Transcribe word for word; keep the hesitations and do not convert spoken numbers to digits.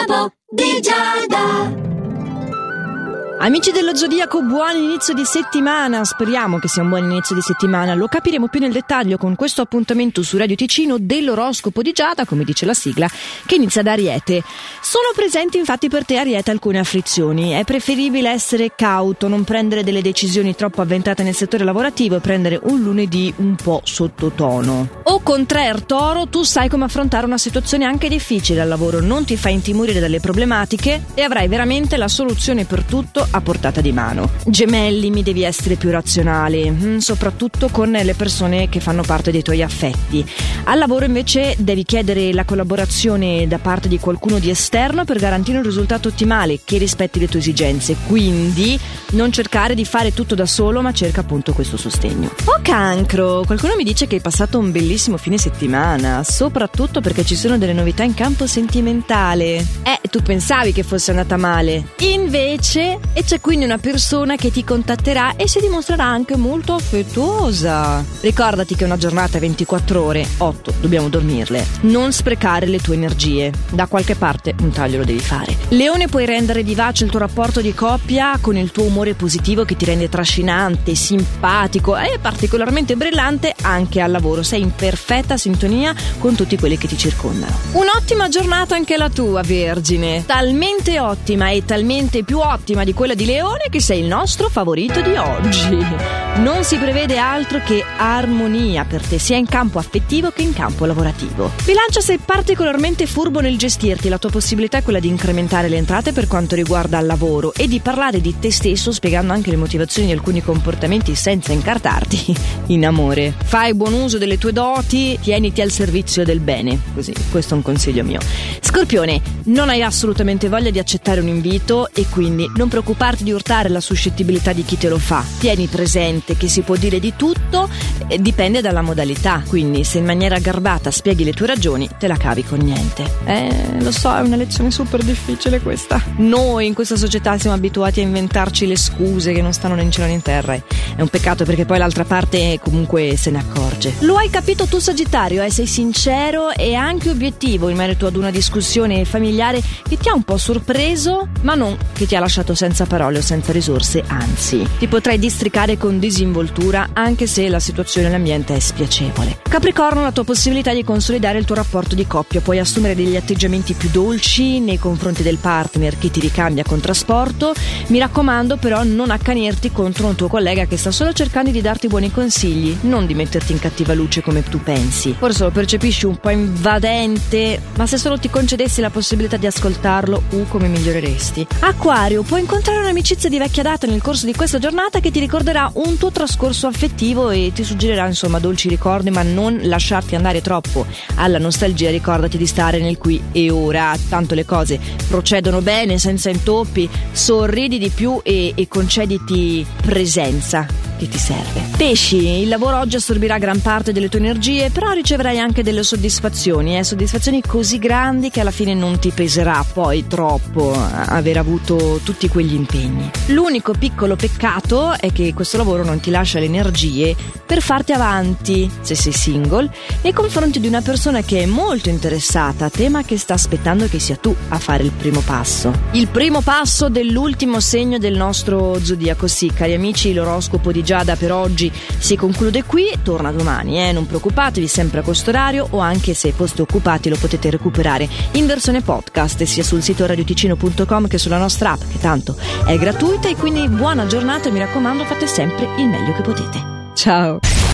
L'oroscopo di Giada. Amici dello Zodiaco, buon inizio di settimana, speriamo che sia un buon inizio di settimana, lo capiremo più nel dettaglio con questo appuntamento su Radio Ticino dell'oroscopo di Giada, come dice la sigla, che inizia da Ariete. Sono presenti infatti per te, Ariete, alcune afflizioni. È preferibile essere cauto, non prendere delle decisioni troppo avventate nel settore lavorativo e prendere un lunedì un po' sottotono. O contrario, Toro, tu sai come affrontare una situazione anche difficile al lavoro, non ti fai intimorire dalle problematiche e avrai veramente la soluzione per tutto a portata di mano. Gemelli, mi devi essere più razionale, mh, soprattutto con le persone che fanno parte dei tuoi affetti. Al lavoro invece devi chiedere la collaborazione da parte di qualcuno di esterno per garantire un risultato ottimale che rispetti le tue esigenze, quindi non cercare di fare tutto da solo, ma cerca appunto questo sostegno. Oh Cancro, qualcuno mi dice che hai passato un bellissimo fine settimana, soprattutto perché ci sono delle novità in campo sentimentale. Eh, tu pensavi che fosse andata male, invece. E c'è quindi una persona che ti contatterà e si dimostrerà anche molto affettuosa. Ricordati che una giornata è ventiquattro ore, otto dobbiamo dormirle. Non sprecare le tue energie. Da qualche parte un taglio lo devi fare. Leone, puoi rendere vivace il tuo rapporto di coppia con il tuo umore positivo che ti rende trascinante, simpatico e particolarmente brillante anche al lavoro. Sei in perfetta sintonia con tutti quelli che ti circondano. Un'ottima giornata anche la tua, Vergine. Talmente ottima e talmente più ottima di quella di Leone che sei il nostro favorito di oggi. Non si prevede altro che armonia per te, sia in campo affettivo che in campo lavorativo. Bilancia, sei particolarmente furbo nel gestirti, la tua possibilità è quella di incrementare le entrate per quanto riguarda il lavoro e di parlare di te stesso spiegando anche le motivazioni di alcuni comportamenti senza incartarti in amore. Fai buon uso delle tue doti, tieniti al servizio del bene, così, questo è un consiglio mio. Scorpione, non hai assolutamente voglia di accettare un invito e quindi non preoccuparti di urtare la suscettibilità di chi te lo fa. Tieni presente che si può dire di tutto, eh, dipende dalla modalità, quindi se in maniera garbata spieghi le tue ragioni te la cavi con niente. Eh, lo so, è una lezione super difficile questa. Noi in questa società siamo abituati a inventarci le scuse che non stanno né in cielo né in terra. È un peccato perché poi l'altra parte comunque se ne accorge. Lo hai capito tu, Sagittario, eh? Sei sincero e anche obiettivo in merito ad una discussione familiare che ti ha un po' sorpreso, ma non che ti ha lasciato senza parole o senza risorse, anzi ti potrai districare con disinvoltura anche se la situazione e l'ambiente è spiacevole. Capricorno, la tua possibilità di consolidare il tuo rapporto di coppia, puoi assumere degli atteggiamenti più dolci nei confronti del partner che ti ricambia con trasporto. Mi raccomando però non accanirti contro un tuo collega che sta solo cercando di darti buoni consigli, non di metterti in cattiva luce come tu pensi. Forse lo percepisci un po' invadente, ma se solo ti concedessi la possibilità di ascoltarlo, uh, come miglioreresti. Acquario, puoi incontrare un'amicizia di vecchia data nel corso di questa giornata che ti ricorderà un tuo trascorso affettivo e ti suggerirà insomma dolci ricordi, ma non lasciarti andare troppo alla nostalgia. Ricordati di stare nel qui e ora, tanto le cose procedono bene senza intoppi. Sorridi di più e, e concediti presenza che ti serve. Pesci, il lavoro oggi assorbirà gran parte delle tue energie, però riceverai anche delle soddisfazioni, eh? soddisfazioni così grandi che alla fine non ti peserà poi troppo aver avuto tutti quegli impegni. L'unico piccolo peccato è che questo lavoro non ti lascia le energie per farti avanti, se sei single, nei confronti di una persona che è molto interessata a te ma che sta aspettando che sia tu a fare il primo passo. Il primo passo dell'ultimo segno del nostro zodiaco. Sì, cari amici, l'oroscopo di Giada per oggi si conclude qui, torna domani, eh? non preoccupatevi, sempre a questo orario, o anche se foste occupati lo potete recuperare in versione podcast sia sul sito radioticino punto com che sulla nostra app, che tanto è gratuita. E quindi buona giornata e mi raccomando, fate sempre il meglio che potete. Ciao!